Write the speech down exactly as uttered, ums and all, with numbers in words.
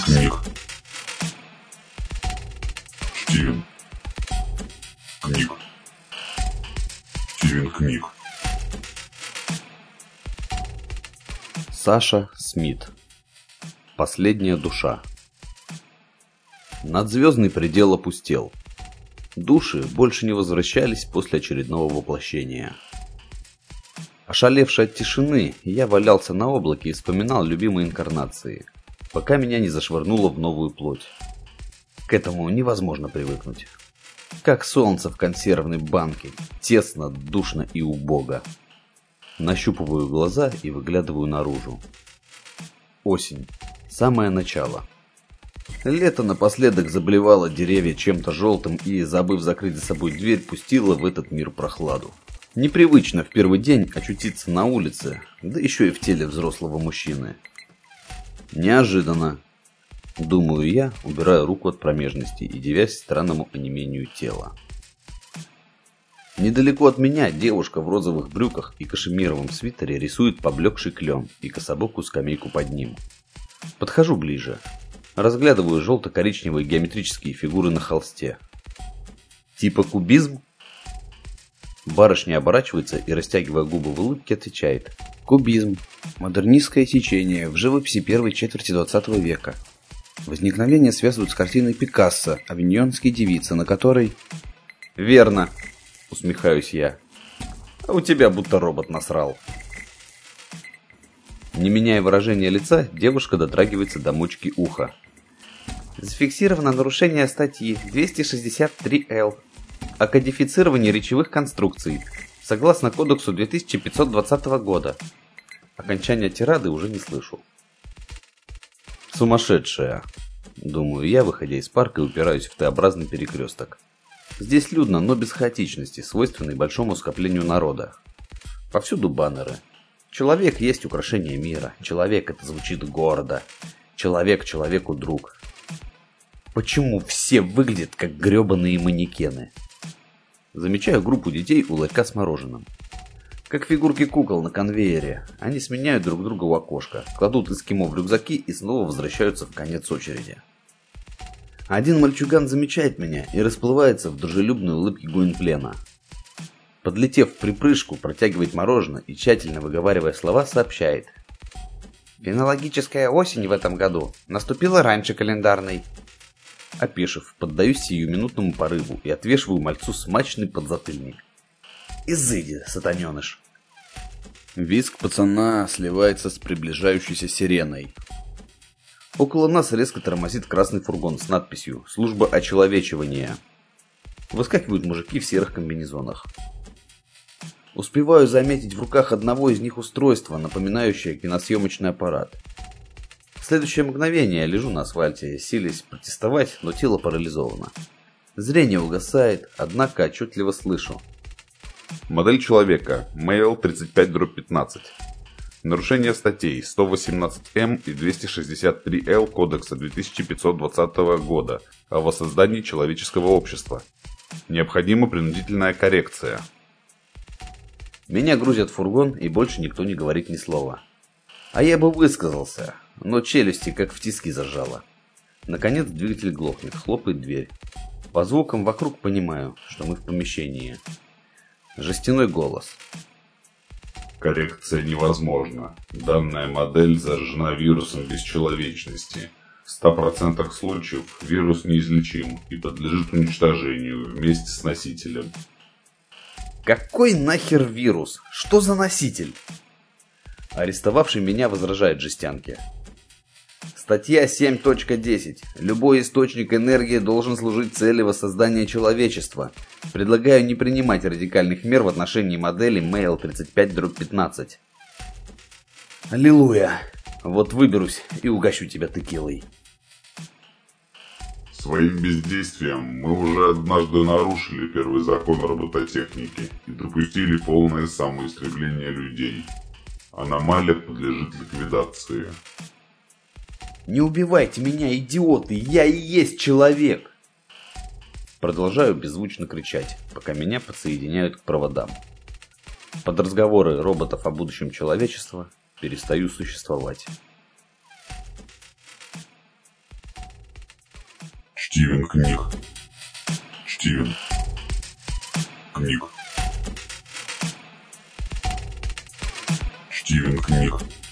книг. Стивен. Книг. Стивен книг. Саша Смит. Последняя душа. Надзвездный предел опустел. Души больше не возвращались после очередного воплощения. Ошалевший от тишины, я валялся на облаке и вспоминал любимые инкарнации, пока меня не зашвырнуло в новую плоть. К этому невозможно привыкнуть. Как солнце в консервной банке, тесно, душно и убого. Нащупываю глаза и выглядываю наружу. Осень. Самое начало. Лето напоследок заблевало деревья чем-то желтым и, забыв закрыть за собой дверь, пустило в этот мир прохладу. Непривычно в первый день очутиться на улице, да еще и в теле взрослого мужчины. Неожиданно, думаю я, убирая руку от промежности и дивясь странному онемению тела. Недалеко от меня девушка в розовых брюках и кашемировом свитере рисует поблекший клен и кособокую скамейку под ним. Подхожу ближе. Разглядываю желто-коричневые геометрические фигуры на холсте. Типа кубизм? Барышня оборачивается и, растягивая губы в улыбке, отвечает. Кубизм. Модернистское течение в живописи первой четверти двадцатого века. Возникновение связывают с картиной Пикассо «Авиньонские девицы», на которой... Верно, усмехаюсь я. А у тебя будто робот насрал. Не меняя выражения лица, девушка дотрагивается до мочки уха. Зафиксировано нарушение статьи двести шестьдесят три эл о кодифицировании речевых конструкций, согласно кодексу две тысячи пятьсот двадцатого года. Окончания тирады уже не слышу. Сумасшедшая, думаю я, выходя из парка и упираюсь в Т-образный перекресток. Здесь людно, но без хаотичности, свойственной большому скоплению народа. Повсюду баннеры. Человек есть украшение мира. Человек — это звучит гордо. Человек человеку друг. Почему все выглядят как гребаные манекены? Замечаю группу детей у ларька с мороженым. Как фигурки кукол на конвейере. Они сменяют друг друга у окошка, кладут эскимо в рюкзаки и снова возвращаются в конец очереди. Один мальчуган замечает меня и расплывается в дружелюбной улыбке Гуинплена. Подлетев в припрыжку, протягивает мороженое и, тщательно выговаривая слова, сообщает. Фенологическая осень в этом году наступила раньше календарной. Опешив, поддаюсь сиюминутному порыву и отвешиваю мальцу смачный подзатыльник. Изыди, сатаненыш. Визг пацана сливается с приближающейся сиреной. Около нас резко тормозит красный фургон с надписью «Служба очеловечивания». Выскакивают мужики в серых комбинезонах. Успеваю заметить в руках одного из них устройство, напоминающее киносъемочный аппарат. В следующее мгновение лежу на асфальте, силясь протестовать, но тело парализовано. Зрение угасает, однако отчетливо слышу. Модель человека. Male тридцать пять дробь пятнадцать. Нарушение статей сто восемнадцать эм и двести шестьдесят три эл Кодекса две тысячи пятьсот двадцатого года о воссоздании человеческого общества. Необходима принудительная коррекция. Меня грузят в фургон, и больше никто не говорит ни слова. А я бы высказался, но челюсти как в тиски зажало. Наконец двигатель глохнет, хлопает дверь. По звукам вокруг понимаю, что мы в помещении. Жестяной голос. Коррекция невозможна. Данная модель заражена вирусом бесчеловечности. В ста процентах случаев вирус неизлечим и подлежит уничтожению вместе с носителем. Какой нахер вирус? Что за носитель? Арестовавший меня возражает жестянке. Статья семь точка десять. Любой источник энергии должен служить цели воссоздания человечества. Предлагаю не принимать радикальных мер в отношении модели Male тридцать пять дробь пятнадцать. Аллилуйя. Вот выберусь и угощу тебя текилой. Своим бездействием мы уже однажды нарушили первый закон робототехники и допустили полное самоистребление людей. Аномалия подлежит ликвидации. Не убивайте меня, идиоты! Я и есть человек! Продолжаю беззвучно кричать, пока меня подсоединяют к проводам. Под разговоры роботов о будущем человечества перестаю существовать. Штивен книг. Штивен книг. Штивен книг.